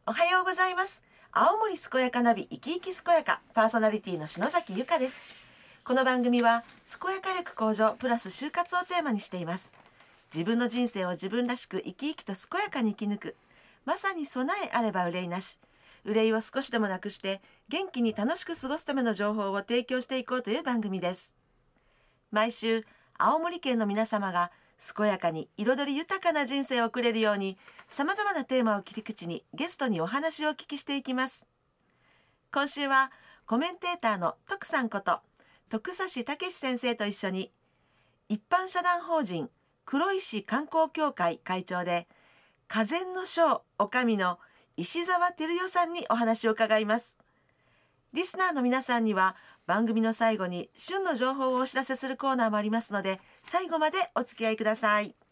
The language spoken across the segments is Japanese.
おはようございます。青森健やかナビ、生き生き健やか、パーソナリティの篠崎ゆかです。この番組は健やか力向上プラス就活をテーマにしています。自分の人生を自分らしく生き生きと健やかに生き抜く、まさに備えあれば憂いなし、憂いを少しでもなくして元気に楽しく過ごすための情報を提供していこうという番組です。毎週青森県の皆様が健やかに彩り豊かな人生を送れるように、さまざまなテーマを切り口にゲストにお話をお聞きしていきます。今週はコメンテーターの徳さんこと徳指武先生と一緒に、一般社団法人黒石観光協会会長で華禅の章女将の石澤照代さんにお話を伺います。リスナーの皆さんには番組の最後に旬の情報をお知らせするコーナーもありますので、最後までお付き合いください。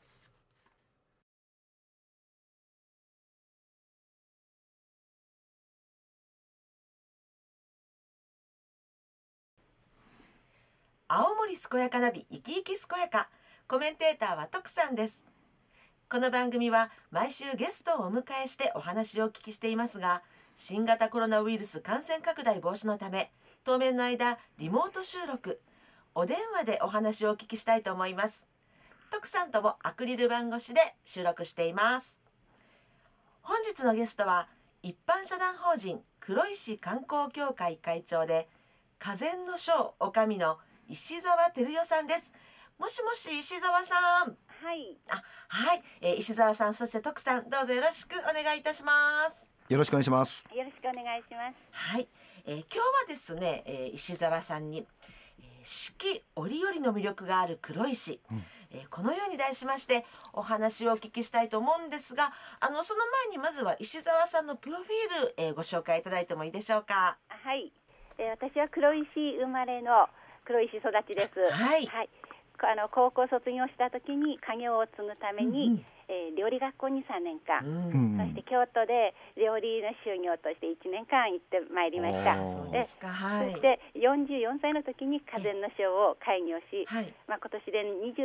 青森健やかナビ、生き生き健やか、コメンテーターは徳さんです。この番組は毎週ゲストをお迎えしてお話をお聞きしていますが、新型コロナウイルス感染拡大防止のため当面の間リモート収録、お電話でお話をお聞きしたいと思います。徳さんともアクリル板越しで収録しています。本日のゲストは一般社団法人黒石観光協会会長で華禅の章女将の石澤照代さんです。もしもし石澤さん。 はい。 はい、石澤さん、そして徳さん、どうぞよろしくお願いいたします。 よろしくお願いします。 よろしくお願いします。 はい、今日はですね、石澤さんに、四季折々の魅力がある黒石、このように題しましてお話をお聞きしたいと思うんですが、その前にまずは石澤さんのプロフィール、ご紹介いただいてもいいでしょうか。 はい。私は黒石生まれの黒石育ちです。 はい。 はい。高校卒業した時に家業を継ぐために、料理学校に3年間、そして京都で料理の修行として1年間行ってまいりました。 そうですか。はい。 そして44歳の時に華禅の章を開業し、 はい、 今年で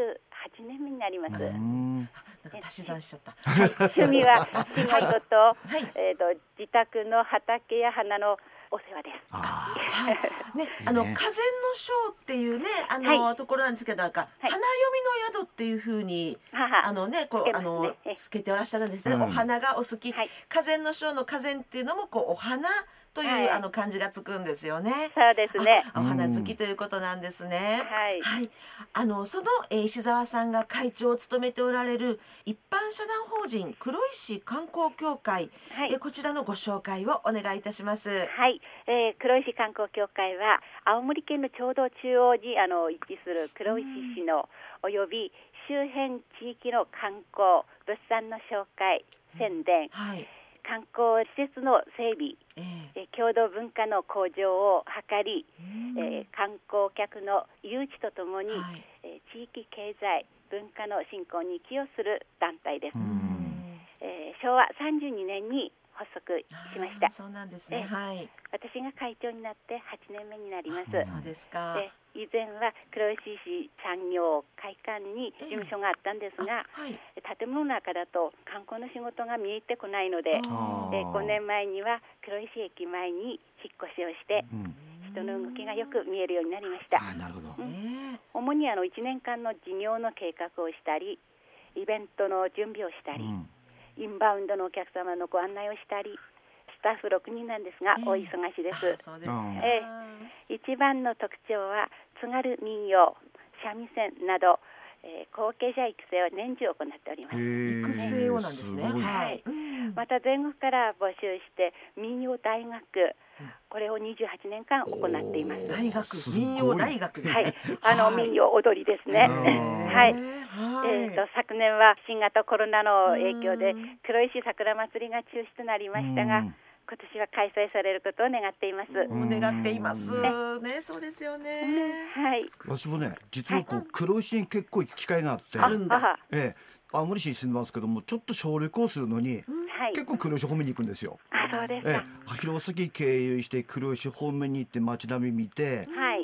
28年目になります。 なんか足し算しちゃった。 趣味は仕事と、 はい、 自宅の畑や花のお世話です。 ね、華禅の章っていうね、ところなんですけど、なんか、花読みの宿っていう風につけてらっしゃるんですね。お花がお好き。華禅の章の華禅っていうのもお花という、漢字がつくんですよね。 そうですね。 お花好きということなんですね。はい。はい。その、石澤さんが会長を務めておられる一般社団法人黒石観光協会、こちらのご紹介をお願いいたします。 はい。黒石観光協会は青森県のちょうど中央に位置する黒石市のおよび周辺地域の観光物産の紹介宣伝、観光施設の整備、郷土文化の向上を図り、観光客の誘致とともに、地域経済文化の振興に寄与する団体です。昭和32年に発足しました。 そうなんですね。はい。 私が会長になって8年目になります。 そうですか。 以前は黒石市産業会館に事務所があったんですが、建物の中だと観光の仕事が見えてこないので、5年前には黒石駅前に引っ越しをして、人の動きがよく見えるようになりました。 なるほど。 主に1年間の事業の計画をしたり、イベントの準備をしたり、インバウンドのお客様のご案内をしたり、スタッフ6人なんですが、お忙しいです。 そうです。 一番の特徴は津軽民謡、三味線など、後継者育成を年中行っております。 育成をなんですね。はい。 また全国から募集して民謡大学、これを28年間行っています。 大学、民謡大学ですね。 民謡踊りですね。はい。昨年は新型コロナの影響で黒石桜祭りが中止となりましたが、今年は開催されることを願っています。 願っていますね。そうですよね。 はい。私もね、実は黒石に結構行く機会があって、青森市に住んでますけども、ちょっと小旅行するのに、結構黒石方面に行くんですよ。 そうですか。 弘前経由して黒石方面に行って街並み見て、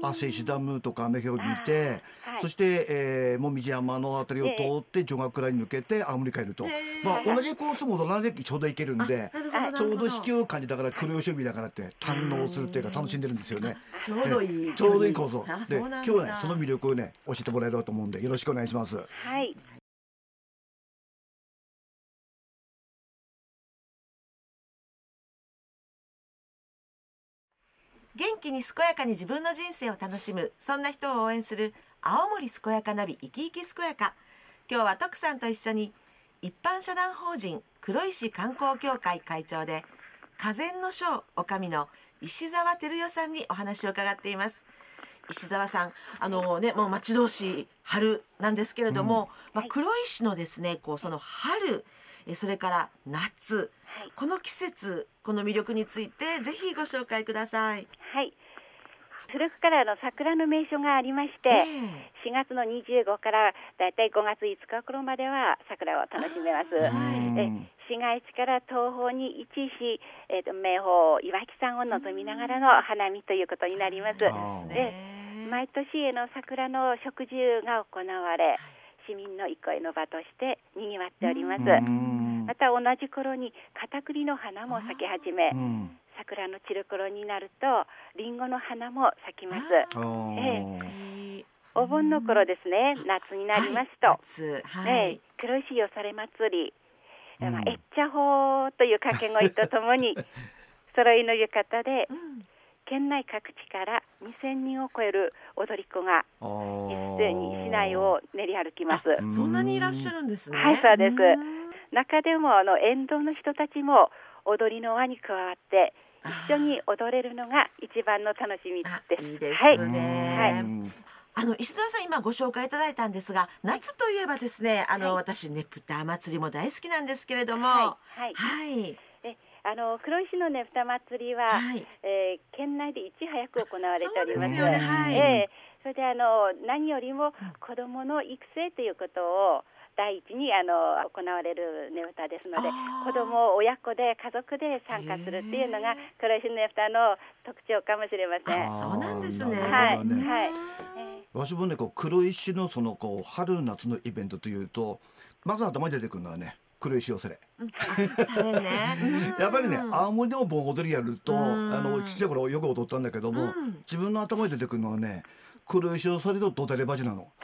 汗石ダムとか雨を見て、そして、もみじ山のあたりを通って女学に抜けて青森帰ると、同じコース戻らないでちょうど行けるんで、ちょうど四季を感じだから黒潮日だからって堪能するっていうか楽しんでるんですよね。 ちょうどいい、 ちょうどいい構造で、今日はねその魅力をね教えてもらえればと思うんでよろしくお願いします。 はい。 元気に健やかに自分の人生を楽しむ、そんな人を応援する青森健やかナビ生き生き健やか。今日は徳さんと一緒に一般社団法人黒石観光協会会長で華前の章おかみの石澤照代さんにお話を伺っています。石澤さん、もう待ち遠しい春なんですけれども、黒石のですねその春、それから夏、この季節、この魅力についてぜひご紹介ください。 はい。古くから桜の名所がありまして、4月の25からだいたい5月5日頃までは桜を楽しめます。市街地から東方に位置し、名峰岩木山を望みながらの花見ということになります。で、毎年桜の植樹が行われ、市民の憩いの場として賑わっております。また同じ頃に片栗の花も咲き始め、桜の散る頃になるとリンゴの花も咲きます。お盆の頃ですね、夏になりますと、黒石よされ祭り、えっちゃほーという掛け声とともに揃いの浴衣で、県内各地から2000人を超える踊り子が一斉に市内を練り歩きます。 そんなにいらっしゃるんですね。 はい、そうです。中でも沿道の人たちも踊りの輪に加わって一緒に踊れるのが一番の楽しみです。 いいですね。石澤さん、今ご紹介いただいたんですが、夏といえばですね、私ねぷた祭りも大好きなんですけれども、 黒石のねぷた祭りは、県内でいち早く行われております。それで何よりも子どもの育成ということを第一に行われるねぶたですので、子ども親子で家族で参加するっていうのが黒石ねぶたの特徴かもしれません。 そうなんですね。 私もね黒石の春夏のイベントというとまず頭に出てくるのはね黒石寄せれ。やっぱりね青森でも盆踊りやるとちっちゃい頃よく踊ったんだけども、自分の頭に出てくるのはね黒石寄せれとどだればじなの。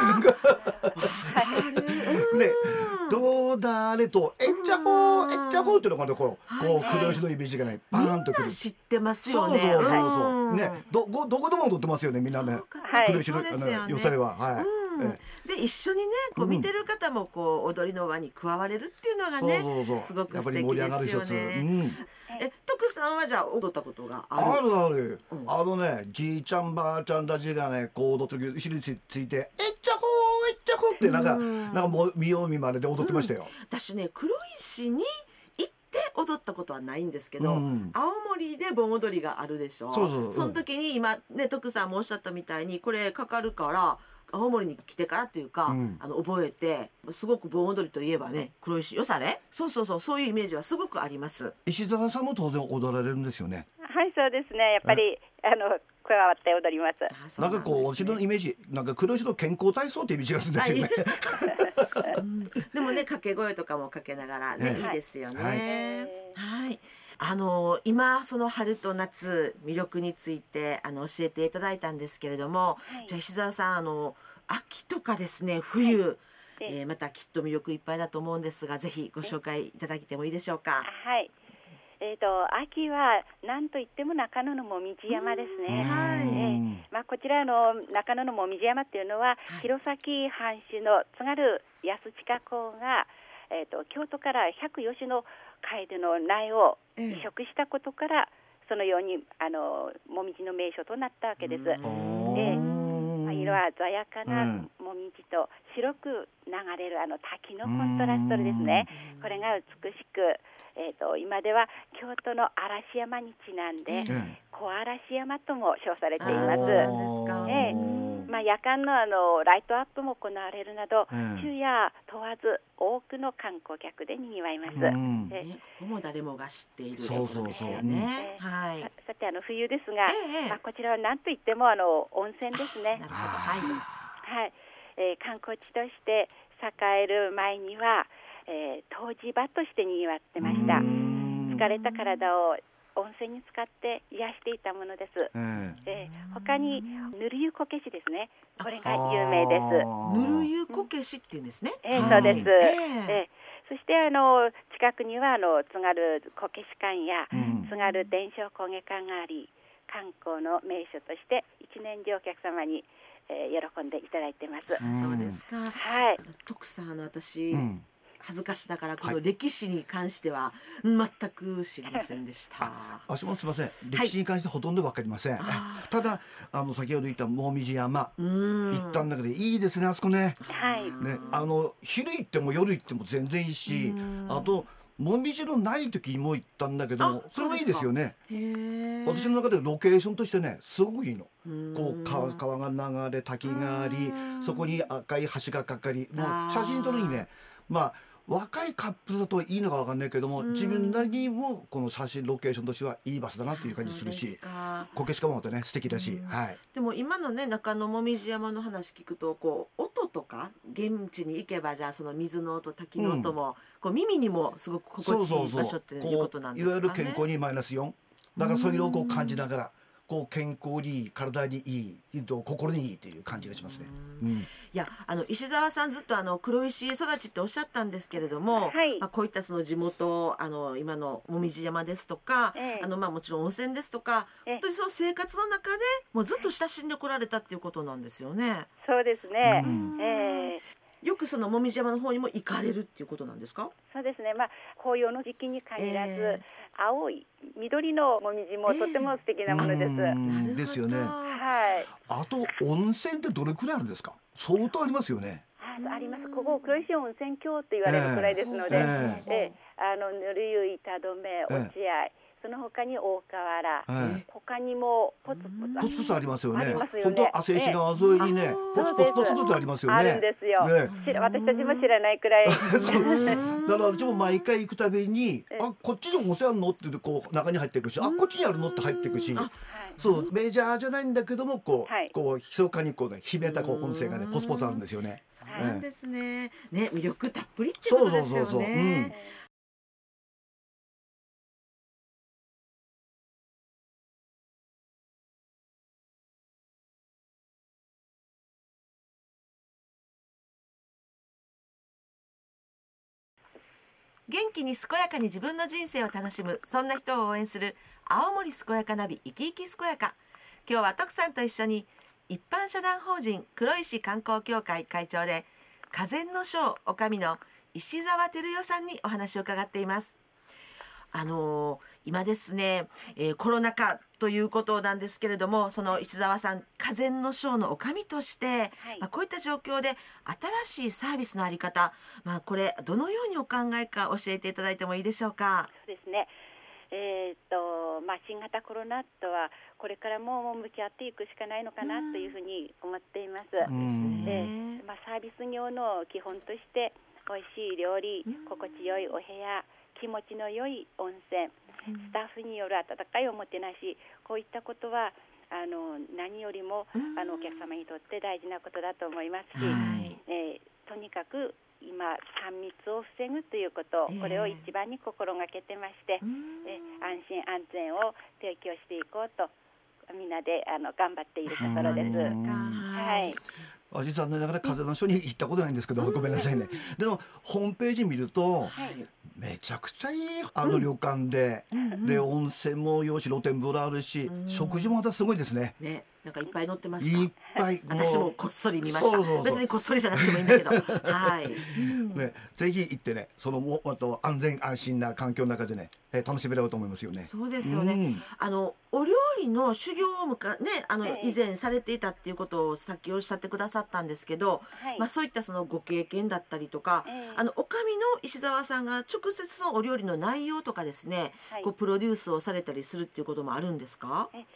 ね、どうだれとえっちゃほーえっちゃほーっていうのがねこう黒石のイメージがねバーンとくる。 知ってますよね。 そうね、どこでも踊ってますよねみんなね。黒石の寄せれはで一緒にね見てる方も踊りの輪に加われるっていうのがねすごく素敵ですよね。徳さんはじゃあ踊ったことがある？ ある。ねじいちゃんばあちゃんたちがね踊ってる後ろについてえっちゃほーえっちゃほーってなんかもう見よう見まねで踊ってましたよ。 私ね黒石に行って踊ったことはないんですけど、青森で盆踊りがあるでしょ。その時に今ね徳さんもおっしゃったみたいにこれかかるから青森に来てからっていうか、覚えてすごく盆踊りといえばね黒石よされ、そういうイメージはすごくあります。 石澤さんも当然踊られるんですよね。 はい、そうですね。やっぱり加わって踊ります。 なんか私のイメージなんか黒石の健康体操ってイメージがするんですよね。 でもね掛け声とかもかけながらね、いいですよね。はい。今その春と夏魅力について教えていただいたんですけれども、じゃあ石澤さん秋とかですね冬、またきっと魅力いっぱいだと思うんですが、ぜひご紹介いただいてもいいでしょうか。 はい。秋は何といっても中野のもみじ山ですね。こちらの中野のもみじ山っていうのは、弘前藩主の津軽安親公が、京都から百吉の楓の苗を移植したことから、そのようにもみじの名所となったわけです。色は鮮やかなもみじと白く流れる滝のコントラストですね。これが美しく、今では京都の嵐山にちなんで、小嵐山とも称されています。 夜間のライトアップも行われるなど、昼夜問わず多くの観光客で賑わいます。 ここも誰もが知っているところですよね。 さて冬ですが、こちらは何といっても温泉ですね。観光地として栄える前には、湯治場として賑わってました。疲れた体を温泉に使って癒していたものです。他にぬる湯こけしですね。これが有名です。 ぬる湯こけしっていうんですね。 そうです。そして近くには津軽こけし館や津軽伝承工芸館があり、観光の名所として一年中お客様に喜んでいただいています。 そうですか。徳さん私、恥ずかしながらこの歴史に関しては全く知りませんでした。 私もすみません、歴史に関してほとんどわかりません。ただ先ほど言ったもみじ山行ったんだけどいいですね、あそこね。昼行っても夜行っても全然いいし、あともみじのない時も行ったんだけど、それもいいですよね。私の中でロケーションとしてねすごくいいの。こう川が流れ、滝があり、そこに赤い橋がかかり、もう写真撮るにね、若いカップルだといいのか分かんないけども、自分なりにもこの写真ロケーションとしてはいい場所だなっていう感じするし、こけしかもまたね素敵だし、 でも今のね中野もみじ山の話聞くと、こう音とか現地に行けばじゃあその水の音、滝の音も、こう耳にもすごく心地いい場所っていうことなんですかね。 いわゆる健康にマイナス4だから、そういうのをこう感じながらこう健康にいい、体にいい、心にいいっていう感じがしますね。 いや石澤さんずっと黒石育ちっておっしゃったんですけれども、こういったその地元今のもみじ山ですとか、もちろん温泉ですとか、本当にその生活の中でもうずっと親しんでこられたっていうことなんですよね。 そうですね。 よくそのもみじ山の方にも行かれるっていうことなんですか？ そうですね。紅葉の時期に限らず、青い緑のもみじもとても素敵なものです。 ですよね。あと温泉ってどれくらいあるんですか？相当ありますよね。 あります。ここ黒石温泉郷と言われるくらいですので、ぬる湯、板止め、落合、その他に大河原、他にもポツポツありますよね。本当汗石川沿いにね、ポツポツありますよね。 あるんですよ。私たちも知らないくらい。だから私も毎回行くたびに、こっちに温泉あるのってこう中に入っていくし、こっちにあるのって入っていくし、そうメジャーじゃないんだけどもこう密かにこうね秘めた温泉がねポツポツあるんですよね。 そうなんですね。魅力たっぷりってことですよね。元気に健やかに自分の人生を楽しむ、そんな人を応援する青森健やかナビ生き生き健やか。今日は徳さんと一緒に一般社団法人黒石観光協会会長で風の章女将の石澤照代さんにお話を伺っています。今ですね、コロナ禍ということなんですけれども、その石澤さん風の章の女将として、こういった状況で新しいサービスのあり方、これどのようにお考えか教えていただいてもいいでしょうか。 そうですね。新型コロナとはこれからも向き合っていくしかないのかなというふうに思っています。サービス業の基本として美味しい料理、心地よいお部屋、気持ちの良い温泉、スタッフによる温かいおもてなし、こういったことは何よりもお客様にとって大事なことだと思いますし、とにかく今3密を防ぐということ、これを一番に心がけてまして、安心安全を提供していこうとみんなで頑張っているところです。 実はね、だから風の書に行ったことないんですけど、ごめんなさいね。でもホームページ見ると、めちゃくちゃいい旅館で、温泉もよし、露天風呂あるし、食事もまたすごいですね。 なんかいっぱい載ってました。 いっぱい。 私もこっそり見ました。別にこっそりじゃなくてもいいんだけど、 ぜひ行ってね、その安全安心な環境の中でね、楽しめればと思いますよね。 そうですよね。お料理の修行を以前されていたっていうことをさっきおっしゃってくださったんですけど、そういったそのご経験だったりとか、女将の石澤さんが直接そのお料理の内容とかですね、こうプロデュースをされたりするっていうこともあるんですか？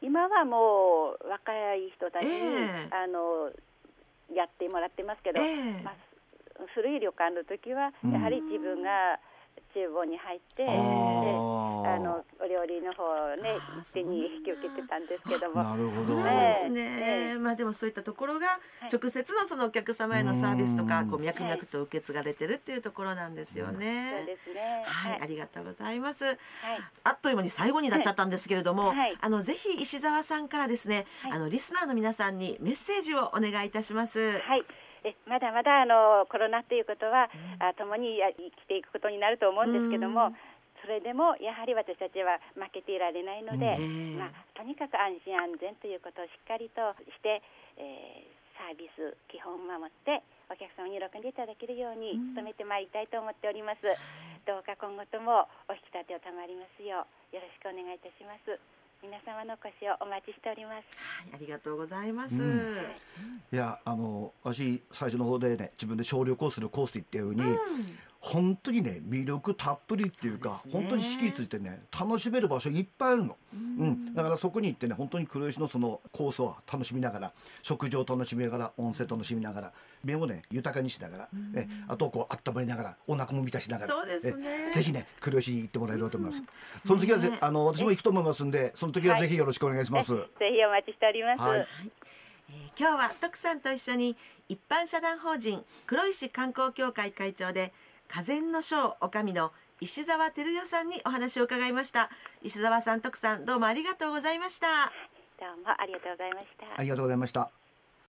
今はもう若い人たちに、やってもらってますけど、古い旅館の時はやはり自分が厨房に入って、お料理の方をね一手に引き受けてたんですけども。 なるほど。 そうですね。まあでもそういったところが直接のそのお客様へのサービスとかこう脈々と受け継がれてるっていうところなんですよね。 そうですね。 はい、ありがとうございます。あっという間に最後になっちゃったんですけれども、ぜひ石澤さんからですね、リスナーの皆さんにメッセージをお願いいたします。 はい。まだまだコロナということは、共に生きていくことになると思うんですけども、それでもやはり私たちは負けていられないので、とにかく安心安全ということをしっかりとして、サービス基本を守ってお客様に喜んでいただけるように努めてまいりたいと思っております。どうか今後ともお引き立てを賜りますようよろしくお願いいたします。皆様のお越しをお待ちしております。 はい、ありがとうございます。 いや私最初の方でね自分で小旅行するコースって言ったように、本当にね魅力たっぷりっていうか、本当に四季ついてね楽しめる場所いっぱいあるの。だからそこに行ってね本当に黒石のそのコースを楽しみながら、食事を楽しみながら、温泉楽しみながら、目をね豊かにしながら、あとこう温まりながら、お腹も満たしながら、 そうですね、 ぜひね黒石に行ってもらえればと思います。その時は私も行くと思いますんで、その時はぜひよろしくお願いします。 ぜひお待ちしております。 今日は徳さんと一緒に一般社団法人黒石観光協会会長で華膳の章女将の石澤照代さんにお話を伺いました。石澤さん、徳さん、どうもありがとうございました。 どうもありがとうございました。 ありがとうございました。